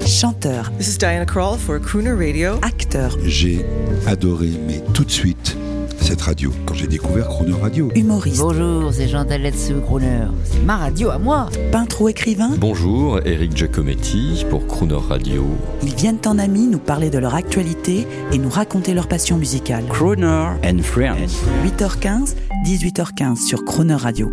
Chanteur. This is Diana Krall for Crooner Radio. Acteur. J'ai adoré, mais tout de suite, cette radio, quand j'ai découvert Crooner Radio. Humoriste. Bonjour, c'est Jean Daletsu, Crooner. C'est ma radio à moi. Peintre ou écrivain. Bonjour, Eric Giacometti pour Crooner Radio. Ils viennent en amis nous parler de leur actualité et nous raconter leur passion musicale. Crooner and Friends. 8h15, 18h15 sur Crooner Radio.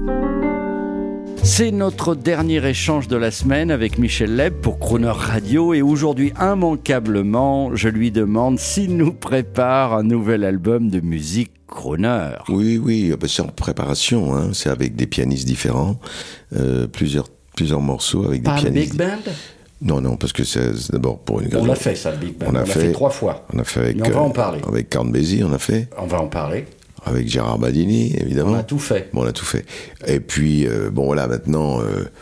C'est notre dernier échange de la semaine avec Michel Leb pour Crooner Radio et aujourd'hui, immanquablement, je lui demande s'il nous prépare un nouvel album de musique crooner. Oui, c'est en préparation, hein. C'est avec des pianistes différents, plusieurs morceaux avec des pianistes. Pas un big band ? Non, parce que c'est d'abord pour une... On l'a fait ça, le big band. On l'a fait 3 fois. On a fait avec... Mais on va en parler. Avec Count Basie, on a fait. On va en parler. Avec Gérard Badini, évidemment. On a tout fait. Bon, on a tout fait. Et puis, voilà, maintenant,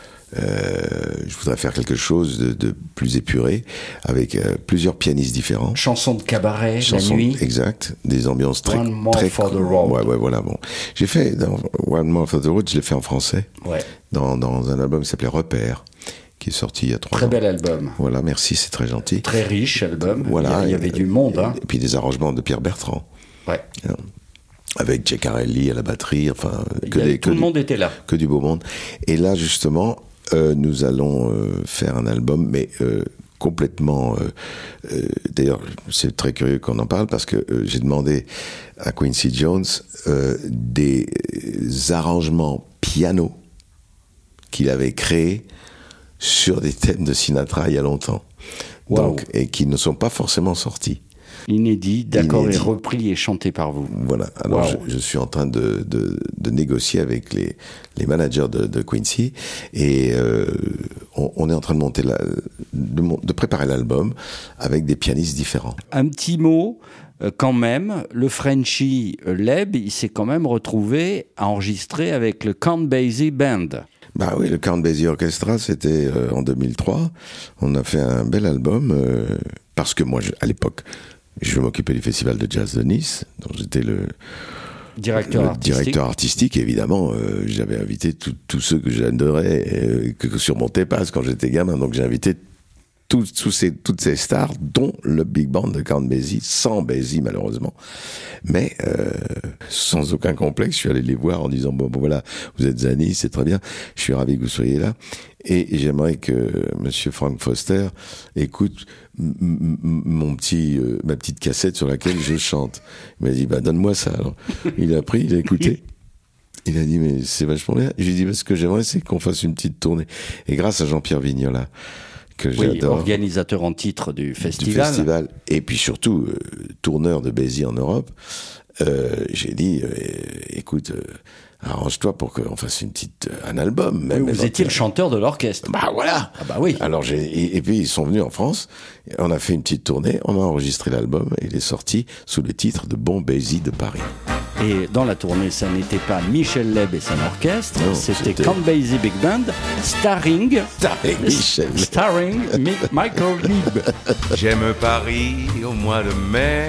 je voudrais faire quelque chose de plus épuré, avec plusieurs pianistes différents. Chansons de cabaret, la nuit. Exact. Des ambiances très... One More for the Road. Ouais, voilà, bon. J'ai fait, dans One More for the Road, je l'ai fait en français. Ouais. Dans un album qui s'appelait Repères, qui est sorti il y a 3 ans. Très bel album. Voilà, merci, c'est très gentil. Très riche album. Voilà. Il y avait du monde, hein. Et puis des arrangements de Pierre Bertrand. Ouais. Avec Ceccarelli à la batterie, enfin... tout le monde était là. Que du beau monde. Et là, justement, nous allons faire un album, mais complètement... d'ailleurs, c'est très curieux qu'on en parle, parce que j'ai demandé à Quincy Jones des arrangements piano qu'il avait créés sur des thèmes de Sinatra il y a longtemps. Wow. Donc, et qui ne sont pas forcément sortis. Inédit, d'accord, et repris et chanté par vous. Voilà, alors wow. je suis en train de négocier avec les managers de Quincy, et on est en train de monter de préparer l'album avec des pianistes différents. Un petit mot, quand même, le Frenchie Leb, il s'est quand même retrouvé à enregistrer avec le Count Basie Band. Bah oui, le Count Basie Orchestra, c'était en 2003. On a fait un bel album, parce que moi, à l'époque, je m'occupais du festival de jazz de Nice, dont j'étais le directeur artistique. Évidemment, j'avais invité tous ceux que j'adorais, que sur mon Tépas quand j'étais gamin. Donc j'ai invité toutes ces stars, dont le big band de Count Basie, sans Basie malheureusement. Mais sans aucun complexe, je suis allé les voir en disant bon voilà, vous êtes à Nice, c'est très bien, je suis ravi que vous soyez là. Et j'aimerais que Monsieur Frank Foster écoute ma petite cassette sur laquelle je chante. Il m'a dit donne-moi ça. Alors, il a pris, il a écouté. Il a dit mais c'est vachement bien. Je lui ai dit ce que j'aimerais c'est qu'on fasse une petite tournée. Et grâce à Jean-Pierre Vignola, que j'adore, organisateur en titre du festival, et puis surtout tourneur de Basie en Europe, j'ai dit écoute, arrange-toi pour qu'on fasse un album. Même vous étiez le chanteur de l'orchestre. Bah voilà. Ah bah oui. Alors et puis ils sont venus en France, on a fait une petite tournée, on a enregistré l'album, et il est sorti sous le titre de Bon Basie de Paris. Et dans la tournée, ça n'était pas Michel Leb et son orchestre, non, c'était Count Basie Big Band, starring Michael Leeb. J'aime Paris au mois de mai,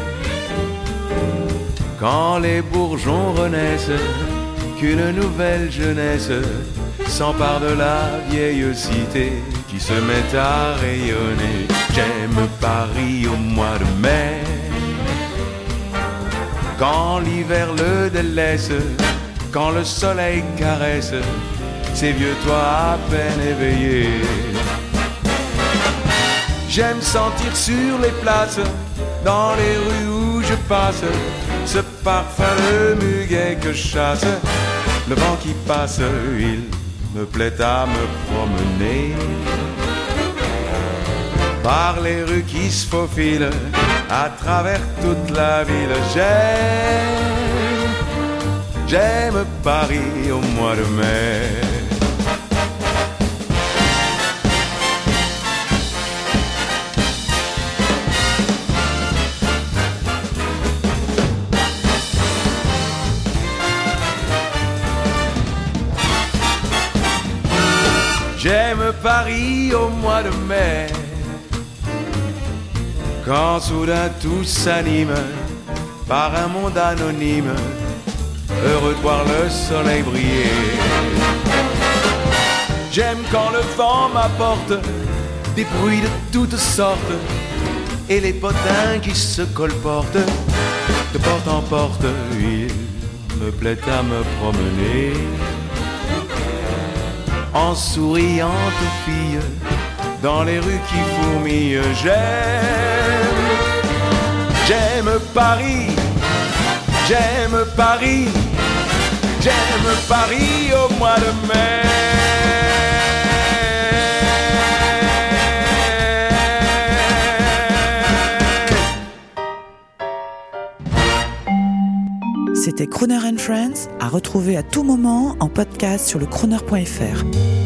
quand les bourgeons renaissent, qu'une nouvelle jeunesse s'empare de la vieille cité qui se met à rayonner. J'aime Paris au mois de mai, quand l'hiver le délaisse, quand le soleil caresse ces vieux toits à peine éveillés. J'aime sentir sur les places, dans les rues où je passe, ce parfum de muguet que chasse le vent qui passe. Il me plaît à me promener par les rues qui se faufilent à travers toute la ville. J'aime Paris au mois de mai. J'aime Paris au mois de mai, quand soudain tout s'anime par un monde anonyme, heureux de voir le soleil briller. J'aime quand le vent m'apporte des bruits de toutes sortes, et les potins qui se colportent, de porte en porte, il me plaît à me promener. En souriant aux filles, dans les rues qui fourmillent, j'aime Paris, j'aime Paris, j'aime Paris au mois de mai. C'était Crooner and Friends, à retrouver à tout moment en podcast sur le crooner.fr.